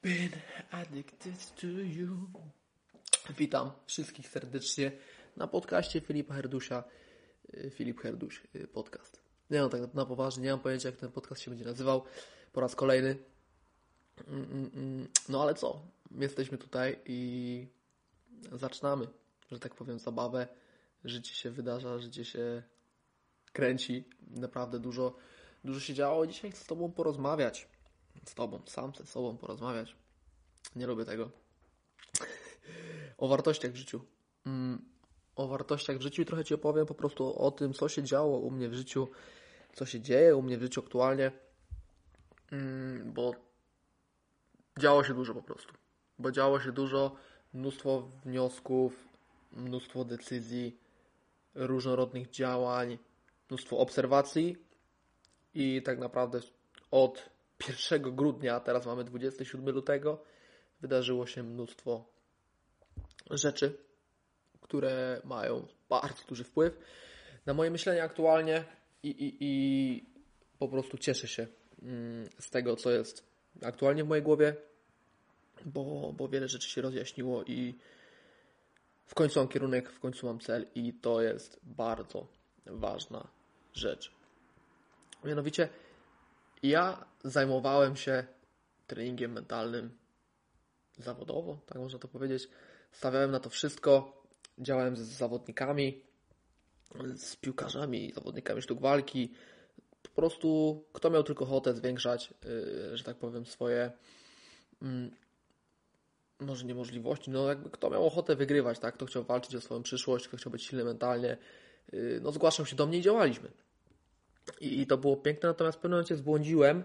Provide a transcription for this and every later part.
Been addicted to you. Witam wszystkich serdecznie na podcaście Filipa Herdusia. Filip Herduś, podcast. Nie no, tak na poważnie, nie mam pojęcia, jak ten podcast się będzie nazywał. Po raz kolejny. No ale co? Jesteśmy tutaj i zaczynamy, że tak powiem, zabawę. Życie się wydarza, życie się kręci. Naprawdę dużo się działo. Dzisiaj chcę z Tobą porozmawiać. Sam ze sobą porozmawiać. Nie lubię tego. O wartościach w życiu. O wartościach w życiu i trochę Ci opowiem po prostu o tym, co się działo u mnie w życiu, co się dzieje u mnie w życiu aktualnie, bo działo się dużo po prostu. Bo działo się dużo, mnóstwo wniosków, mnóstwo decyzji, różnorodnych działań, mnóstwo obserwacji i tak naprawdę od 1 grudnia, teraz mamy 27 lutego, wydarzyło się mnóstwo rzeczy, które mają bardzo duży wpływ na moje myślenie aktualnie i po prostu cieszę się z tego, co jest aktualnie w mojej głowie, bo wiele rzeczy się rozjaśniło i w końcu mam kierunek, w końcu mam cel i to jest bardzo ważna rzecz. Mianowicie ja zajmowałem się treningiem mentalnym zawodowo, tak można to powiedzieć. Stawiałem na to wszystko, działałem z zawodnikami, z piłkarzami, zawodnikami sztuk walki. Po prostu kto miał tylko ochotę zwiększać, że tak powiem, swoje może nie możliwości, no jakby kto miał ochotę wygrywać, tak? Kto chciał walczyć o swoją przyszłość, kto chciał być silny mentalnie, no zgłaszał się do mnie i działaliśmy. I to było piękne, natomiast w pewnym momencie zbłądziłem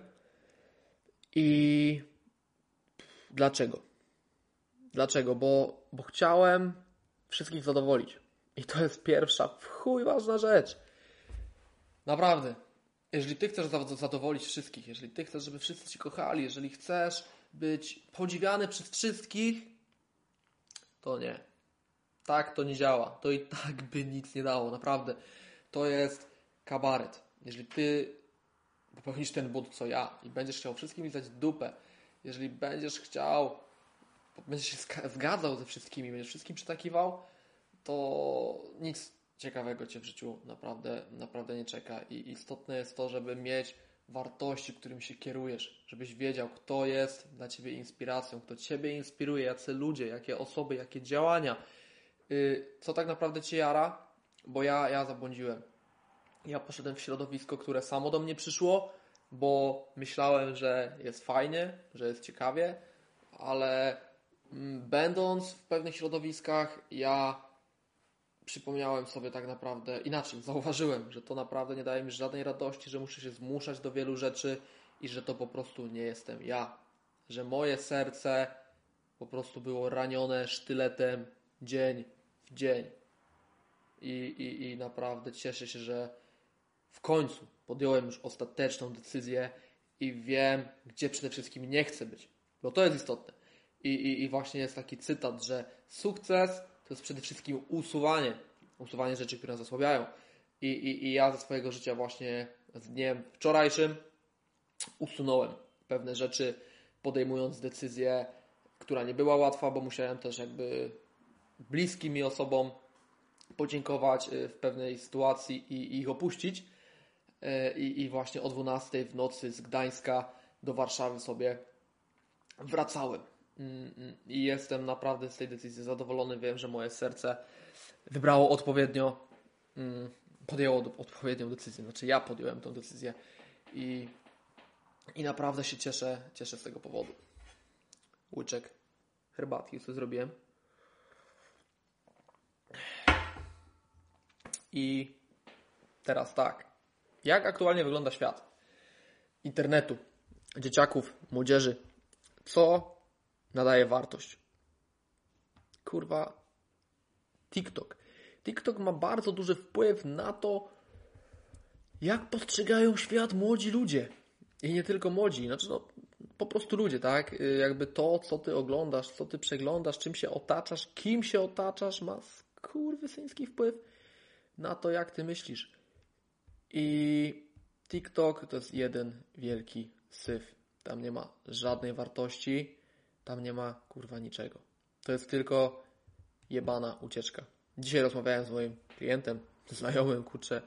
i dlaczego? Dlaczego? Bo chciałem wszystkich zadowolić. I to jest pierwsza w chuj ważna rzecz. Naprawdę. Jeżeli Ty chcesz zadowolić wszystkich, jeżeli Ty chcesz, żeby wszyscy Cię kochali, jeżeli chcesz być podziwiany przez wszystkich, to nie. Tak to nie działa. To i tak by nic nie dało. Naprawdę. To jest kabaret. Jeżeli Ty popełnisz ten błąd co ja i będziesz chciał wszystkim lizać dupę, jeżeli będziesz się zgadzał ze wszystkimi, będziesz wszystkim przytakiwał, to nic ciekawego Cię w życiu naprawdę nie czeka. I istotne jest to, żeby mieć wartości, którym się kierujesz, żebyś wiedział, kto jest dla Ciebie inspiracją, kto Ciebie inspiruje, jacy ludzie, jakie osoby, jakie działania, co tak naprawdę Cię jara, bo ja zabłądziłem. Ja poszedłem w środowisko, które samo do mnie przyszło, bo myślałem, że jest fajnie, że jest ciekawie, ale będąc w pewnych środowiskach, ja przypomniałem sobie tak naprawdę inaczej, zauważyłem, że to naprawdę nie daje mi żadnej radości, że muszę się zmuszać do wielu rzeczy i że to po prostu nie jestem ja. Że moje serce po prostu było ranione sztyletem dzień w dzień. I naprawdę cieszę się, że w końcu podjąłem już ostateczną decyzję i wiem, gdzie przede wszystkim nie chcę być. Bo to jest istotne. I właśnie jest taki cytat, że sukces to jest przede wszystkim usuwanie rzeczy, które nas zasłabiają. I ja ze swojego życia właśnie z dniem wczorajszym usunąłem pewne rzeczy, podejmując decyzję, która nie była łatwa, bo musiałem też jakby bliskim mi osobom podziękować w pewnej sytuacji i ich opuścić. I właśnie o 12 w nocy z Gdańska do Warszawy sobie wracałem. I jestem naprawdę z tej decyzji zadowolony. Wiem, że moje serce wybrało odpowiednio, podjęło odpowiednią decyzję. Znaczy ja podjąłem tą decyzję i naprawdę się cieszę z tego powodu. Łyczek herbatki sobie zrobiłem. I teraz tak. Jak aktualnie wygląda świat internetu, dzieciaków, młodzieży? Co nadaje wartość? Kurwa, TikTok. TikTok ma bardzo duży wpływ na to, jak postrzegają świat młodzi ludzie. I nie tylko młodzi, znaczy po prostu ludzie, tak? Jakby to, co ty oglądasz, co ty przeglądasz, czym się otaczasz, kim się otaczasz, ma skurwysyński wpływ na to, jak ty myślisz. I TikTok to jest jeden wielki syf. Tam nie ma żadnej wartości, tam nie ma kurwa niczego. To jest tylko jebana ucieczka. Dzisiaj rozmawiałem z moim klientem, znajomym,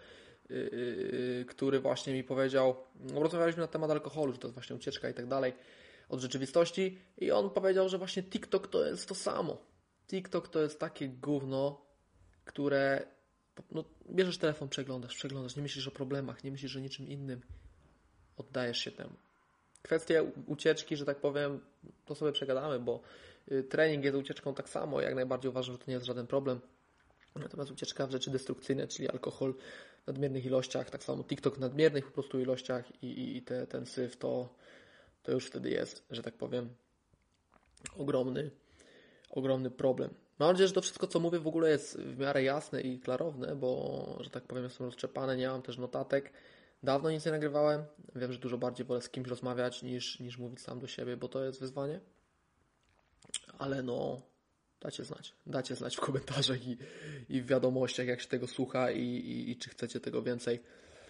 który właśnie mi powiedział, rozmawialiśmy na temat alkoholu, że to jest właśnie ucieczka i tak dalej od rzeczywistości i on powiedział, że właśnie TikTok to jest to samo. TikTok to jest takie gówno, które bierzesz telefon, przeglądasz, nie myślisz o problemach, nie myślisz o niczym innym, oddajesz się temu. Kwestie ucieczki, że tak powiem, to sobie przegadamy, bo trening jest ucieczką tak samo, jak najbardziej uważam, że to nie jest żaden problem. Natomiast ucieczka w rzeczy destrukcyjne, czyli alkohol w nadmiernych ilościach, tak samo TikTok w nadmiernych po prostu ilościach i ten syf, to już wtedy jest, że tak powiem, ogromny problem. Mam nadzieję, że to wszystko, co mówię, w ogóle jest w miarę jasne i klarowne, bo, że tak powiem, jestem roztrzepany, nie mam też notatek. Dawno nic nie nagrywałem. Wiem, że dużo bardziej wolę z kimś rozmawiać niż mówić sam do siebie, bo to jest wyzwanie. Ale dacie znać w komentarzach i w wiadomościach, jak się tego słucha i czy chcecie tego więcej.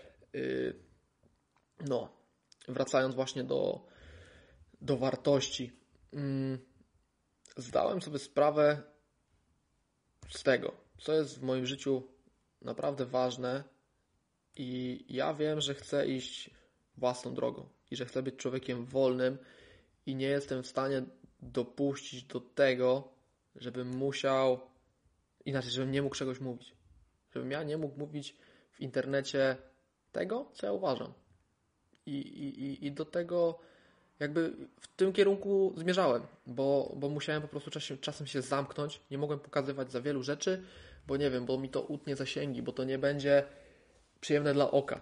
Wracając właśnie do wartości. Zdałem sobie sprawę z tego, co jest w moim życiu naprawdę ważne i ja wiem, że chcę iść własną drogą i że chcę być człowiekiem wolnym i nie jestem w stanie dopuścić do tego, żebym nie mógł czegoś mówić. Żebym ja nie mógł mówić w internecie tego, co ja uważam. I do tego jakby w tym kierunku zmierzałem, bo musiałem po prostu czasem się zamknąć, nie mogłem pokazywać za wielu rzeczy, bo nie wiem, bo mi to utnie zasięgi, bo to nie będzie przyjemne dla oka.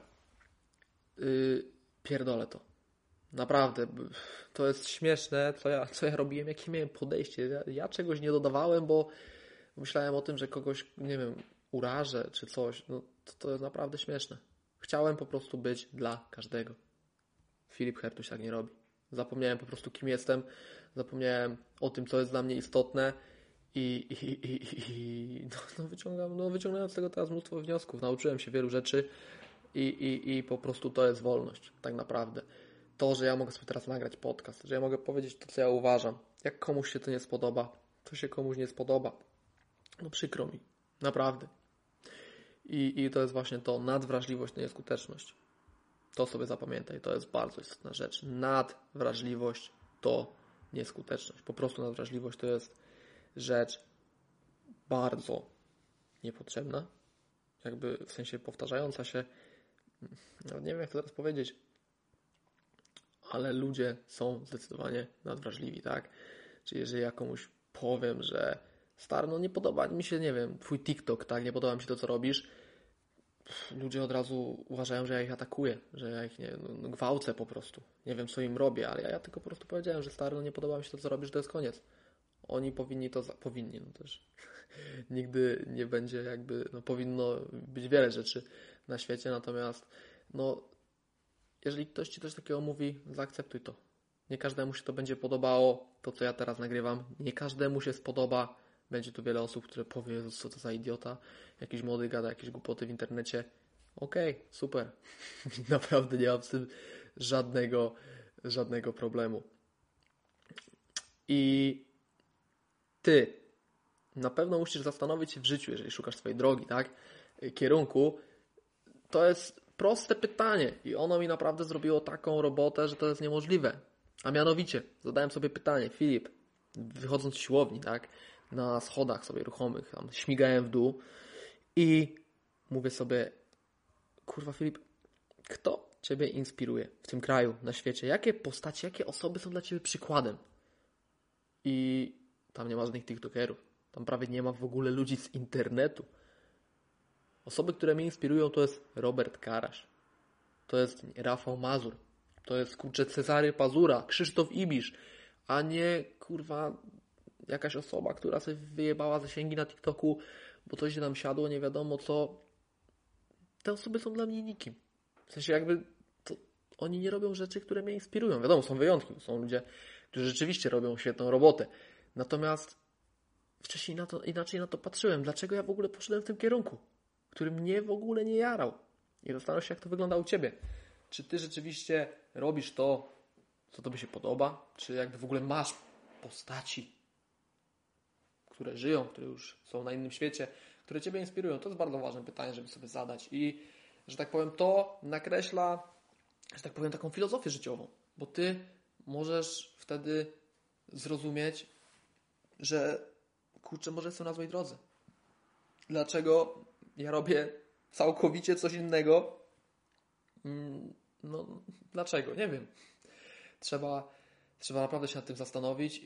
Pierdolę to. Naprawdę, to jest śmieszne, co ja robiłem, jakie miałem podejście. Ja czegoś nie dodawałem, bo myślałem o tym, że kogoś, nie wiem, urażę czy coś. To jest naprawdę śmieszne. Chciałem po prostu być dla każdego. Filip Hertuś tak nie robi. Zapomniałem po prostu, kim jestem. Zapomniałem o tym, co jest dla mnie istotne wyciągnąłem z tego teraz mnóstwo wniosków. Nauczyłem się wielu rzeczy i po prostu to jest wolność, tak naprawdę. To, że ja mogę sobie teraz nagrać podcast, że ja mogę powiedzieć to, co ja uważam. Jak komuś się to nie spodoba, to się komuś nie spodoba. Przykro mi. Naprawdę. I to jest właśnie to, nadwrażliwość, to nieskuteczność. To sobie zapamiętaj, to jest bardzo istotna rzecz. Nadwrażliwość to nieskuteczność. Po prostu nadwrażliwość to jest rzecz bardzo niepotrzebna. Jakby w sensie powtarzająca się. Nawet nie wiem, jak to teraz powiedzieć. Ale ludzie są zdecydowanie nadwrażliwi, tak? Czyli jeżeli ja komuś powiem, że stary, nie podoba mi się, nie wiem, twój TikTok, tak? Nie podoba mi się to, co robisz. Ludzie od razu uważają, że ja ich atakuję, że ja ich gwałcę po prostu. Nie wiem, co im robię, ale ja tylko po prostu powiedziałem, że stary, nie podoba mi się to, co robisz, to jest koniec. Oni powinni też nigdy nie będzie powinno być wiele rzeczy na świecie, natomiast jeżeli ktoś ci coś takiego mówi, zaakceptuj to. Nie każdemu się to będzie podobało, to co ja teraz nagrywam, nie każdemu się spodoba. Będzie tu wiele osób, które powie, co to za idiota, jakiś młody gada jakieś głupoty w internecie. Okej, super. Naprawdę nie mam z tym żadnego problemu. I ty na pewno musisz zastanowić się w życiu, jeżeli szukasz swojej drogi, tak? Kierunku. To jest proste pytanie i ono mi naprawdę zrobiło taką robotę, że to jest niemożliwe. A mianowicie, zadałem sobie pytanie, Filip, wychodząc z siłowni, tak? Na schodach sobie ruchomych, tam śmigałem w dół i mówię sobie, kurwa Filip, kto Ciebie inspiruje w tym kraju, na świecie? Jakie postacie, jakie osoby są dla Ciebie przykładem? I tam nie ma żadnych TikTokerów. Tam prawie nie ma w ogóle ludzi z internetu. Osoby, które mnie inspirują, to jest Robert Karaś. To jest Rafał Mazur. To jest, Cezary Pazura, Krzysztof Ibisz, a nie, jakaś osoba, która sobie wyjebała zasięgi na TikToku, bo coś się tam siadło, nie wiadomo co. Te osoby są dla mnie nikim. W sensie oni nie robią rzeczy, które mnie inspirują. Wiadomo, są wyjątki, bo są ludzie, którzy rzeczywiście robią świetną robotę. Natomiast wcześniej inaczej na to patrzyłem. Dlaczego ja w ogóle poszedłem w tym kierunku, który mnie w ogóle nie jarał? I zastanów się, jak to wygląda u Ciebie. Czy Ty rzeczywiście robisz to, co Tobie się podoba? Czy jakby w ogóle masz postaci, które żyją, które już są na innym świecie, które Ciebie inspirują? To jest bardzo ważne pytanie, żeby sobie zadać. I, że tak powiem, to nakreśla, że tak powiem, taką filozofię życiową. Bo Ty możesz wtedy zrozumieć, że kurczę, może jestem na złej drodze. Dlaczego ja robię całkowicie coś innego? No, dlaczego? Nie wiem. Trzeba naprawdę się nad tym zastanowić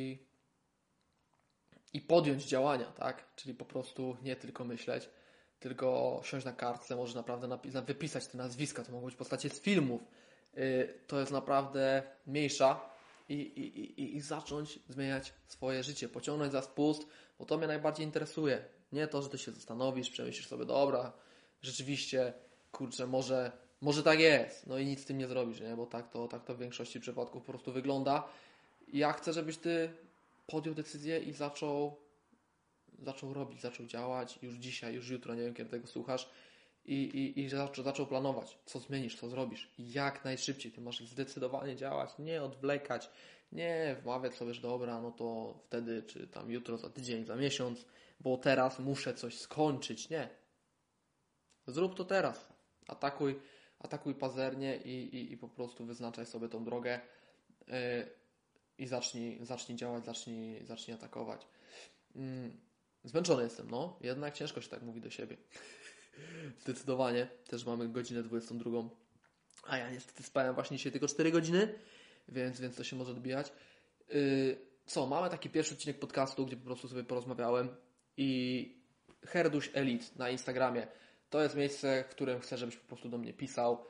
i podjąć działania, tak? Czyli po prostu nie tylko myśleć, tylko siąść na kartce, może naprawdę wypisać te nazwiska, to mogą być postacie z filmów. To jest naprawdę mniejsza i zacząć zmieniać swoje życie, pociągnąć za spust, bo to mnie najbardziej interesuje. Nie to, że Ty się zastanowisz, przemyślisz sobie, dobra, rzeczywiście, kurczę, może tak jest, no i nic z tym nie zrobisz, nie? Bo tak to w większości przypadków po prostu wygląda. I ja chcę, żebyś Ty podjął decyzję i zaczął robić, zaczął działać już dzisiaj, już jutro, nie wiem kiedy tego słuchasz i zaczął planować, co zmienisz, co zrobisz i jak najszybciej. Ty masz zdecydowanie działać, nie odwlekać, nie wmawiać sobie, że dobra, no to wtedy, czy tam jutro, za tydzień, za miesiąc, bo teraz muszę coś skończyć. Nie. Zrób to teraz. Atakuj pazernie i po prostu wyznaczaj sobie tą drogę i zacznij działać, zacznij atakować. Zmęczony jestem, no. Jednak ciężko się tak mówi do siebie. Zdecydowanie. Też mamy godzinę 22. A ja niestety spałem właśnie dzisiaj tylko 4 godziny, więc to się może odbijać. Mamy taki pierwszy odcinek podcastu, gdzie po prostu sobie porozmawiałem i Herduś Elite na Instagramie. To jest miejsce, w którym chcę, żebyś po prostu do mnie pisał.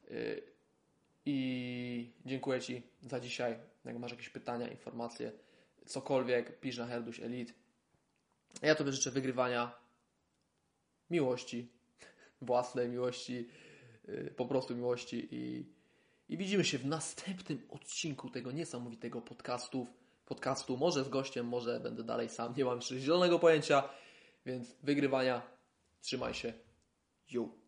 I dziękuję Ci za dzisiaj. Jak masz jakieś pytania, informacje, cokolwiek, pisz na Herduś Elite. Ja Tobie życzę wygrywania, miłości, własnej miłości, po prostu miłości i widzimy się w następnym odcinku tego niesamowitego podcastu. Może z gościem, może będę dalej sam, nie mam jeszcze zielonego pojęcia, więc wygrywania, trzymaj się, yo.